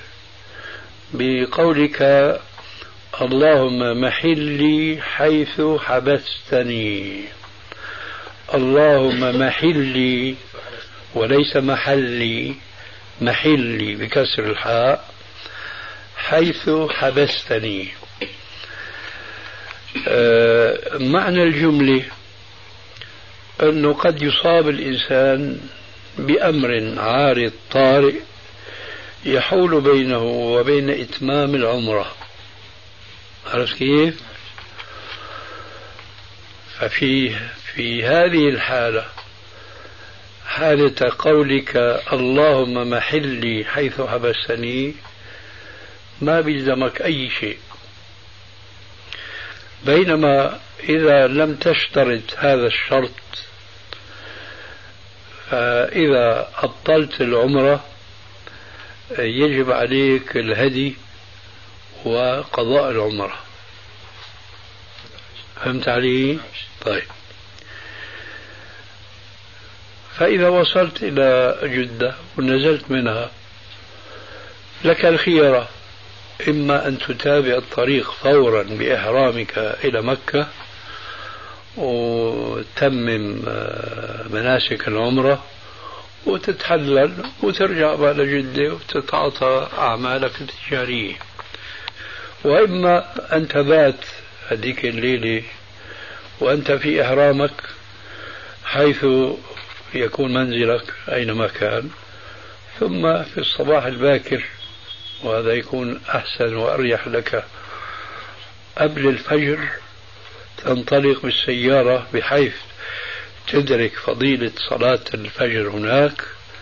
بقولك اللهم محلي حيث حبستني. اللهم محلي وليس محلي، محلي بكسر الحاء حيث حبستني. معنى الجملة أنه قد يصاب الإنسان بأمر عارض طارئ يحول بينه وبين إتمام العمرة. عرفت كيف؟ في هذه الحالة، حالة قولك اللهم محلي حيث حبستني، ما بيلزمك أي شيء. بينما إذا لم تشترط هذا الشرط، فإذا أبطلت العمرة يجب عليك الهدي وقضاء العمرة. فهمت علي؟ طيب. فإذا وصلت إلى جدة ونزلت منها لك الخيرة، إما أن تتابع الطريق فورا بإحرامك إلى مكة وتمم مناسك العمرة وتتحلل وترجع بعد جدة وتتعاطى أعمالك التجارية، وإما أن تبات هذيك الليلة وأنت في إحرامك حيث يكون منزلك أينما كان، ثم في الصباح الباكر، وهذا يكون أحسن وأريح لك، قبل الفجر تنطلق بالسيارة بحيث تدرك فضيلة صلاة الفجر هناك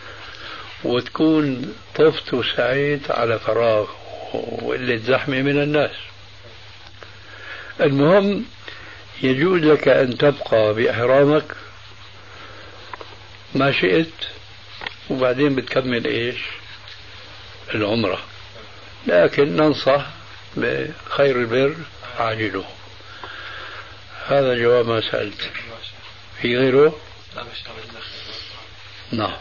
وتكون طفت وسعيت على فراغ وقلة زحمة من الناس. المهم يجوز لك أن تبقى بإحرامك ما شئت، وبعدين بتكمل إيش؟ العمرة. لكن ننصح بخير البر عاجله. هذا جواب ما سألت. في غيره؟ نعم.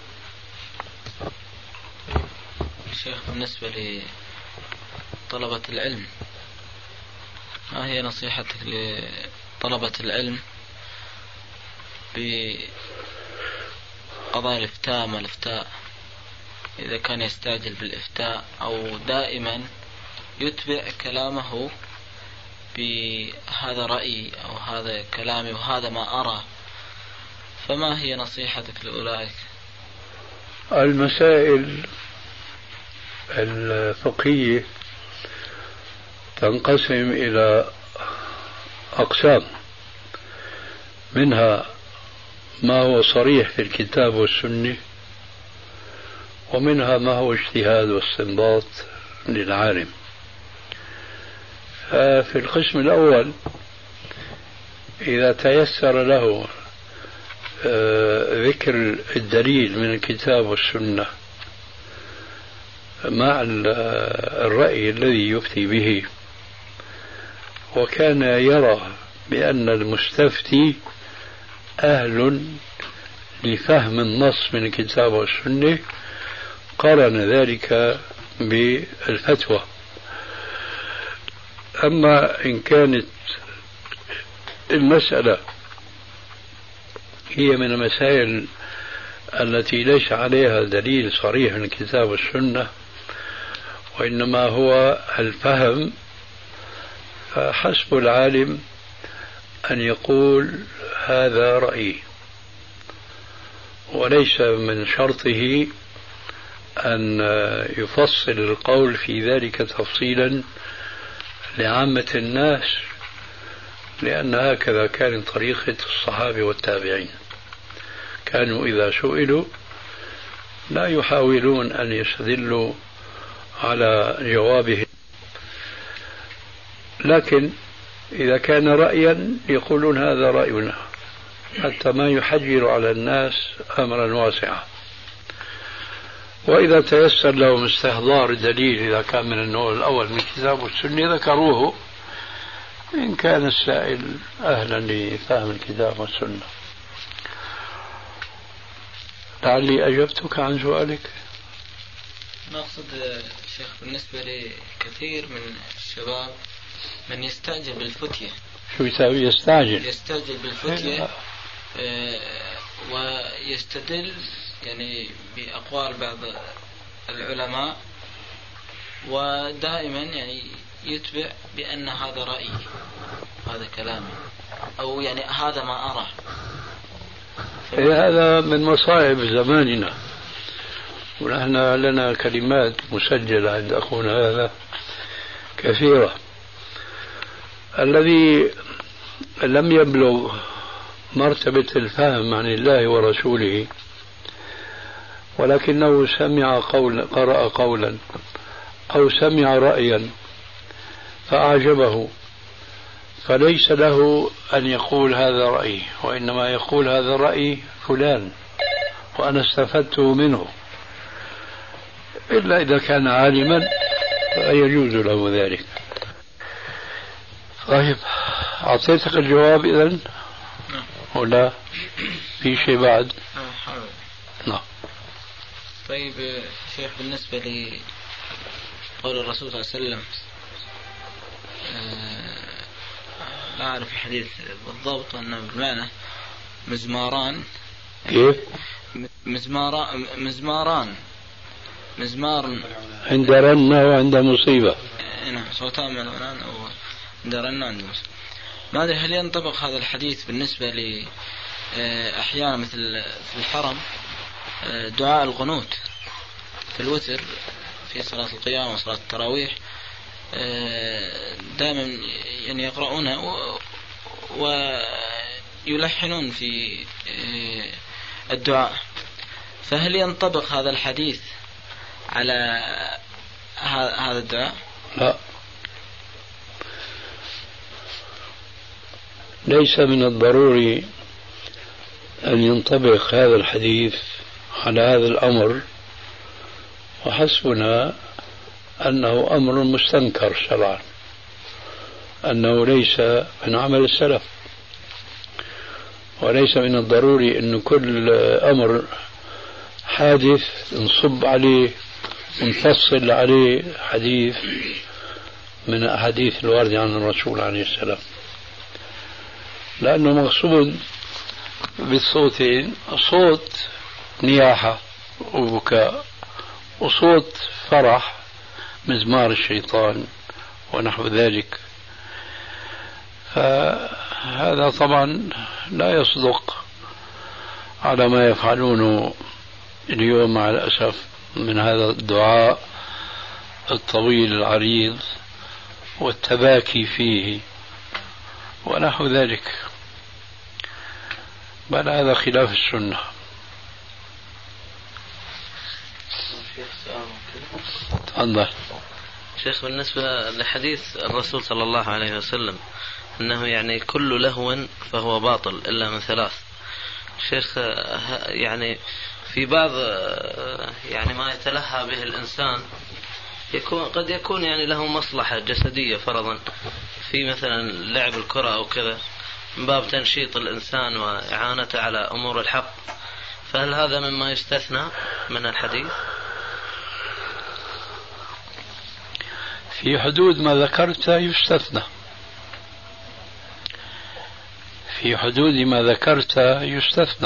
شيخ، بالنسبة لطلبة العلم، ما هي نصيحتك لطلبة العلم بقضاء الإفتاء ما الإفتاء، إذا كان يستعجل بالإفتاء أو دائما يتبع كلامه بهذا رأيي أو هذا كلامي وهذا ما أرى، فما هي نصيحتك لأولئك؟ المسائل الفقهية تنقسم إلى أقسام، منها ما هو صريح في الكتاب والسنة، ومنها ما هو اجتهاد واستنباط للعالم. في القسم الأول إذا تيسر له ذكر الدليل من الكتاب والسنة مع الرأي الذي يفتي به، وكان يرى بأن المستفتي أهل لفهم النص من الكتاب والسنة، قارن ذلك بالفتوى. أما إن كانت المسألة هي من المسائل التي ليس عليها دليل صريح من الكتاب والسنة، وإنما هو الفهم، فحسب العالم أن يقول هذا رأيي، وليس من شرطه أن يفصل القول في ذلك تفصيلا لعامة الناس، لأن هكذا كانت طريقة الصحابة والتابعين، كانوا إذا سئلوا لا يحاولون أن يستدلوا على جوابهم، لكن إذا كان رأيا يقولون هذا رأينا، حتى ما يحجر على الناس أمرا واسعا. وإذا تيسر لهم استحضار دليل إذا كان من النوع الأول من الكتاب والسنة ذكروه، إن كان السائل أهلا لفهم الكتاب والسنة. لعلي أجبتك عن سؤالك. نقصد شيخ بالنسبة لكثير من الشباب من يستعجل بالفتية. شو يساوي؟ يستعجل بالفتية ويستدل يعني بأقوال بعض العلماء، ودائما يعني يتبع بأن هذا رأيي، هذا كلامي، أو يعني هذا ما أرى. هذا من مصائب زماننا، ونحن لنا كلمات مسجلة عند أخونا هذا كثيرة. الذي لم يبلغ مرتبة الفهم عن الله ورسوله ولكنه سمع قرأ قولا أو سمع رأيا فأعجبه، فليس له أن يقول هذا رأيي، وإنما يقول هذا رأي فلان وأنا استفدته منه، إلا إذا كان عالما فيجوز له ذلك. طيب، أعطيتك الجواب إذن ولا في شيء بعد؟ نعم. طيب شيخ، بالنسبة لقول الرسول صلى الله عليه وسلم، لا أعرف الحديث بالضبط أنه بالمعنى مزماران. كيف؟ مزمار عند رنة وعند مصيبة. نعم، صوتان ملعونان أو عند رنة وعند مصيبة. ما أدري هل ينطبق هذا الحديث بالنسبة أحيانا مثل في الحرم دعاء القنوت في الوتر في صلاة القيام وصلاة التراويح، دائما يعني يقرؤونها ويلحنون في الدعاء، فهل ينطبق هذا الحديث على هذا الدعاء؟ لا، ليس من الضروري أن ينطبق هذا الحديث على هذا الأمر، وحسبنا أنه أمر مستنكر شرعا، أنه ليس من عمل السلف، وليس من الضروري أن كل أمر حادث نصب عليه ونفصل عليه حديث من أحاديث الواردة عن الرسول عليه السلام، لأنه مقصود بالصوتين صوت نياحة وبكاء وصوت فرح مزمار الشيطان ونحو ذلك، فهذا طبعا لا يصدق على ما يفعلونه اليوم مع الأسف من هذا الدعاء الطويل العريض والتباكي فيه ونحو ذلك، بل هذا خلاف السنة. تفضل شيخ. بالنسبة لحديث الرسول صلى الله عليه وسلم أنه يعني كل لهو فهو باطل إلا من ثلاث، شيخ، يعني في بعض يعني ما يتلهى به الإنسان قد يكون يعني له مصلحة جسدية فرضا في مثلا لعب الكرة أو كذا من باب تنشيط الإنسان وإعانته على أمور الحق، فهل هذا مما يستثنى من الحديث؟ في حدود ما ذكرت يستثنى، في حدود ما ذكرت يستثنى،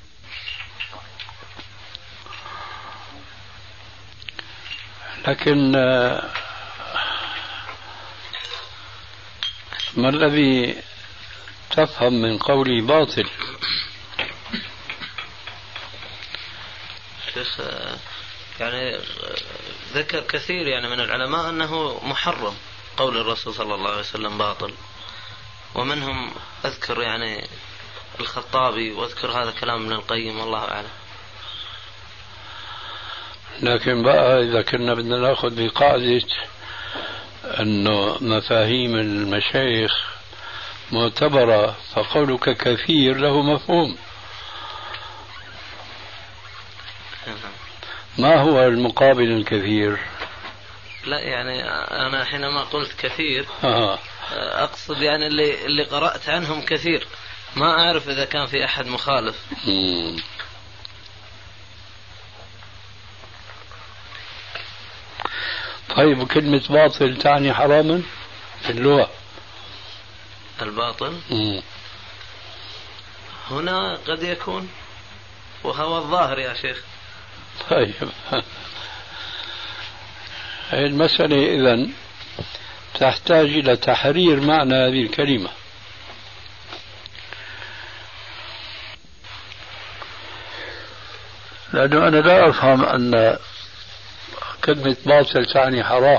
لكن ما الذي تفهم من قولي باطل؟ شيخ، يعني ذكر كثير يعني من العلماء أنه محرم، قول الرسول صلى الله عليه وسلم باطل، ومنهم أذكر يعني الخطابي، وأذكر هذا كلام ابن القيم، والله أعلم. لكن بقى إذا كنا بدنا نأخذ بقاعدة أنه مفاهيم المشايخ معتبرة، فقولك كثير له مفهوم. ما هو المقابل الكثير؟ لا يعني أنا حينما قلت كثير أقصد يعني اللي قرأت عنهم كثير، ما أعرف إذا كان في أحد مخالف. طيب، كلمة باطل تعني حراما في اللغة؟ الباطل هنا قد يكون، وهو الظاهر يا شيخ. طيب، هذه المسألة إذن تحتاج إلى تحرير معنى هذه الكلمة. لأنه أنا لا أفهم أن كلمة باطل تعني حرام،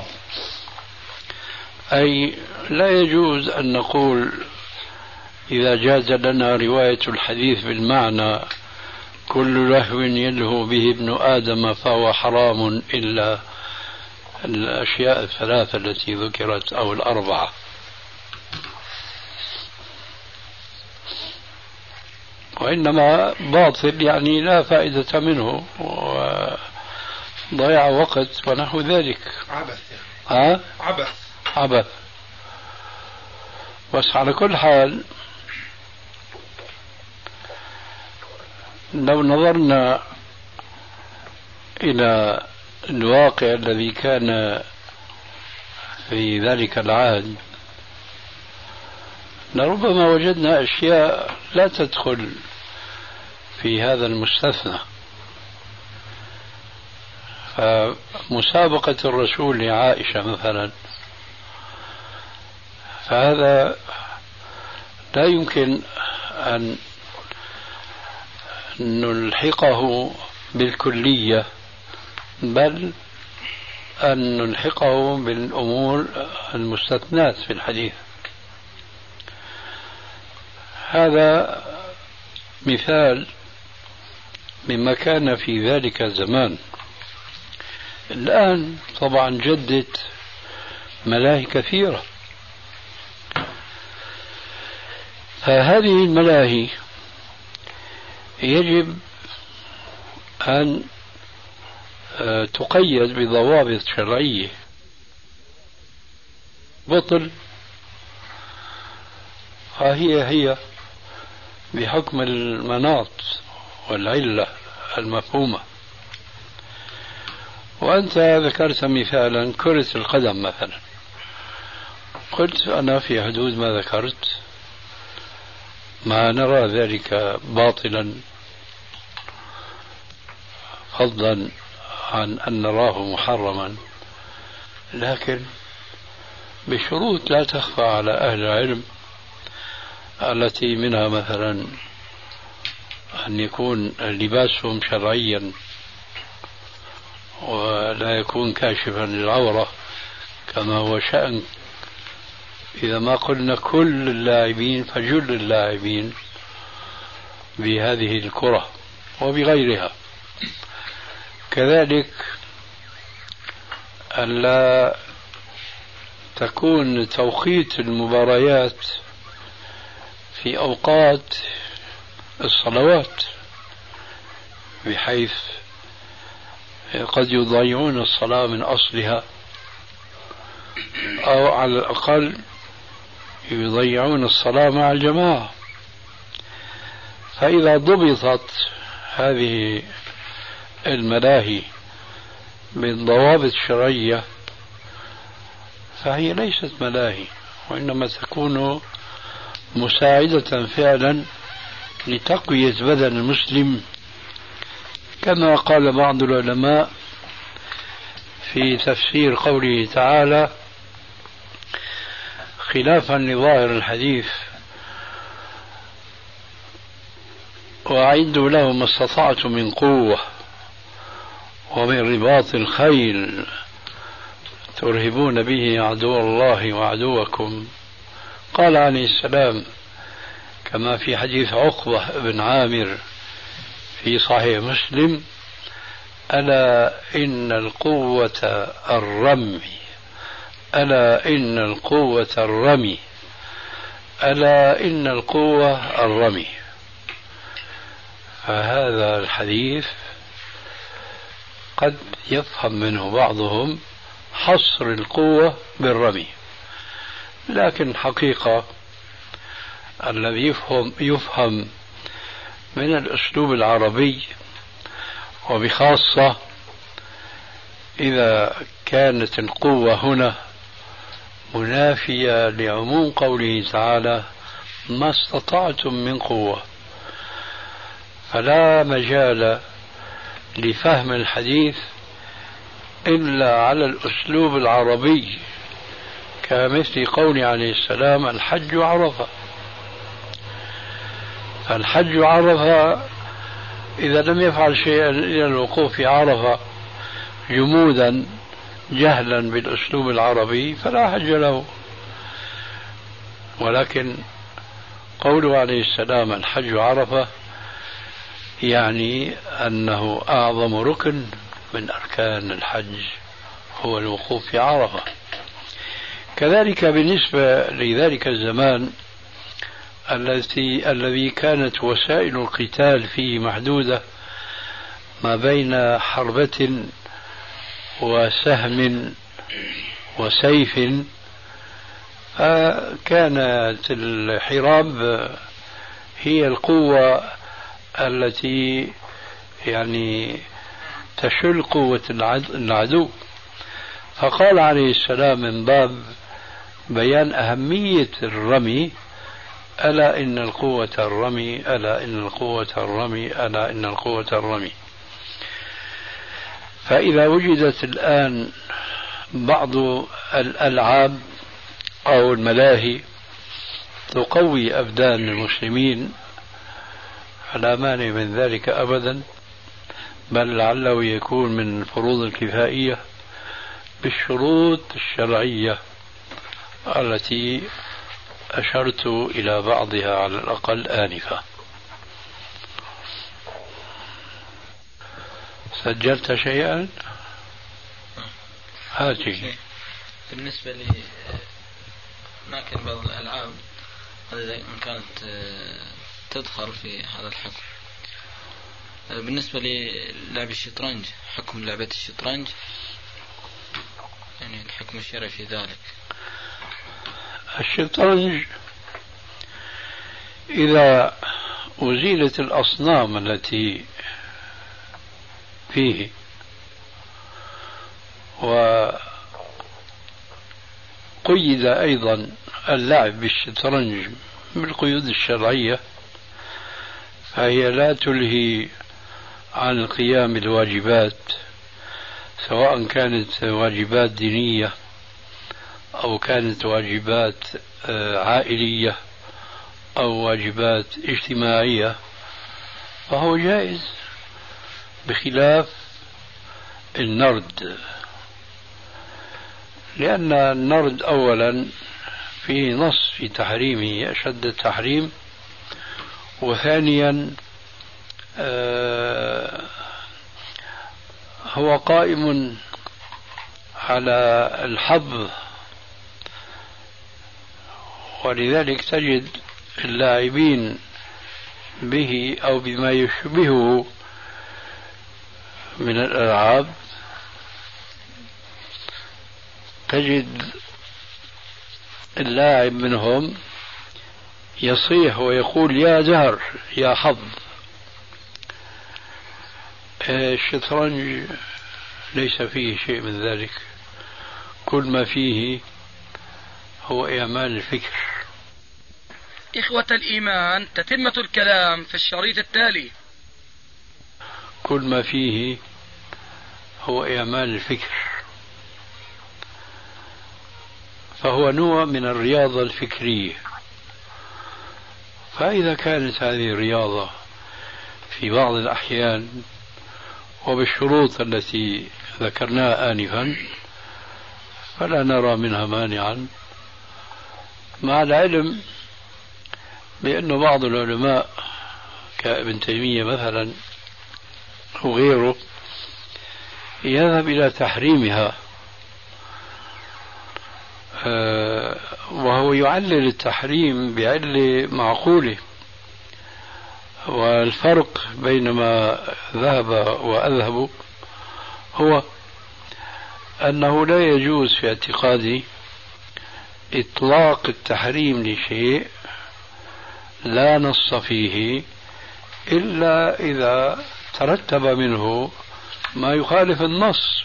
أي لا يجوز أن نقول إذا جاز لنا رواية الحديث بالمعنى كل لهو يلهو به ابن آدم فهو حرام إلا الأشياء الثلاثة التي ذكرت أو الأربعة. وإنما باطل يعني لا فائدة منه وضيع وقت ونحو ذلك. عبث يعني. عبث. بس على كل حال لو نظرنا إلى الواقع الذي كان في ذلك العهد لربما وجدنا أشياء لا تدخل في هذا المستثنى. فمسابقة الرسول لعائشة مثلا، فهذا لا يمكن أن نلحقه بالكلية، بل أن نلحقه بالأمور المستثنات في الحديث. هذا مثال مما كان في ذلك الزمان. الآن طبعا جدت ملاهي كثيرة، فهذه الملاهي يجب أن تقيد بضوابط شرعية. بطل هي بحكم المناط والعلة المفهومة. وأنت ذكرت مثالا كرة القدم مثلا، قلت أنا في حدود ما ذكرت ما نرى ذلك باطلا، فضلا عن أن نراه محرما، لكن بشروط لا تخفى على أهل العلم، التي منها مثلا أن يكون لباسهم شرعيا ولا يكون كاشفا للعورة كما هو شأن، إذا ما قلنا كل اللاعبين فجل اللاعبين بهذه الكرة وبغيرها. كذلك ألا تكون توقيت المباريات في أوقات الصلوات، بحيث قد يضيعون الصلاة من أصلها، أو على الأقل يضيعون الصلاة مع الجماعة. فإذا ضبطت هذه الملاهي بالضوابط الشرعية فهي ليست ملاهي، وإنما تكون مساعدة فعلا لتقوية بدن المسلم، كما قال بعض العلماء في تفسير قوله تعالى خلافا لظاهر الحديث: وأعدوا لهم ما استطعتم من قوة ومن رباط الخيل ترهبون به عدو الله وعدوكم. قال عليه السلام كما في حديث عقبة بن عامر في صحيح مسلم: ألا إن القوة الرمي، ألا إن القوة الرمي، ألا إن القوة الرمي. فهذا الحديث قد يفهم منه بعضهم حصر القوة بالرمي، لكن حقيقة الذي يفهم من الأسلوب العربي، وبخاصة إذا كانت القوة هنا منافية لعموم قوله تعالى: ما استطعتم من قوة، فلا مجال لفهم الحديث إلا على الأسلوب العربي، كمثل قول عليه السلام: الحج عرفة. الحج عرفة إذا لم يفعل شيئا إلى الوقوف في عرفة جمودا جهلا بالأسلوب العربي فلا حج له. ولكن قوله عليه السلام: الحج عرفة، يعني أنه أعظم ركن من أركان الحج هو الوقوف في عرفة. كذلك بالنسبة لذلك الزمان الذي كانت وسائل القتال فيه محدودة، ما بين حربة وسهم وسيف، كانت الحراب هي القوة التي يعني تشل قوة العدو. فقال عليه السلام من باب بيان أهمية الرمي: ألا إن القوة الرمي، ألا إن القوة الرمي، ألا إن القوة الرمي. فإذا وجدت الآن بعض الألعاب أو الملاهي تقوي أبدان المسلمين فلا مانع من ذلك أبدا، بل لعله يكون من الفروض الكفائية بالشروط الشرعية التي أشرت إلى بعضها على الأقل آنفا. سجلت شيئا؟ هاتي. بالنسبة لي لكن بعض الألعاب إن كانت تدخل في هذا الحكم. بالنسبة للعب الشطرنج، حكم لعبة الشطرنج، يعني الحكم الشرعي في ذلك. الشطرنج إذا أزيلت الأصنام التي فيه وقيد أيضا اللعب بالشطرنج بالقيود الشرعية، فهي لا تلهي عن القيام بالواجبات، سواء كانت واجبات دينية أو كانت واجبات عائلية أو واجبات اجتماعية، فهو جائز، بخلاف النرد، لأن النرد أولا فيه نص في تحريمه أشد التحريم، وثانيا هو قائم على الحظ، ولذلك تجد اللاعبين به أو بما يشبهه من الألعاب، تجد اللاعب منهم يصيح ويقول: يا زهر يا حظ. الشطرنج ليس فيه شيء من ذلك، كل ما فيه هو إعمال الفكر. إخوة الإيمان، تتمة الكلام في الشريط التالي. كل ما فيه هو إعمال الفكر، فهو نوع من الرياضة الفكرية. فإذا كانت هذه الرياضة في بعض الأحيان وبالشروط التي ذكرناها آنفا فلا نرى منها مانعا، مع العلم بأن بعض العلماء كابن تيمية مثلا وغيره يذهب إلى تحريمها، وهو يعلل التحريم بعلة معقولة. والفرق بين ما ذهب وأذهب هو أنه لا يجوز في اعتقادي إطلاق التحريم لشيء لا نص فيه إلا إذا ترتب منه ما يخالف النص.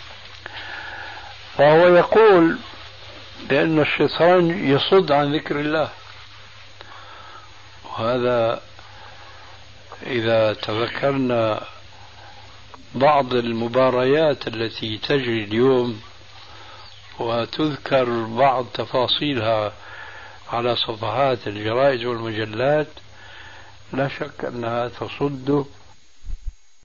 فهو يقول بأن الشيطان يصد عن ذكر الله، وهذا إذا تذكرنا بعض المباريات التي تجري اليوم وتذكر بعض تفاصيلها على صفحات الجرائد والمجلات لا شك أنها تصد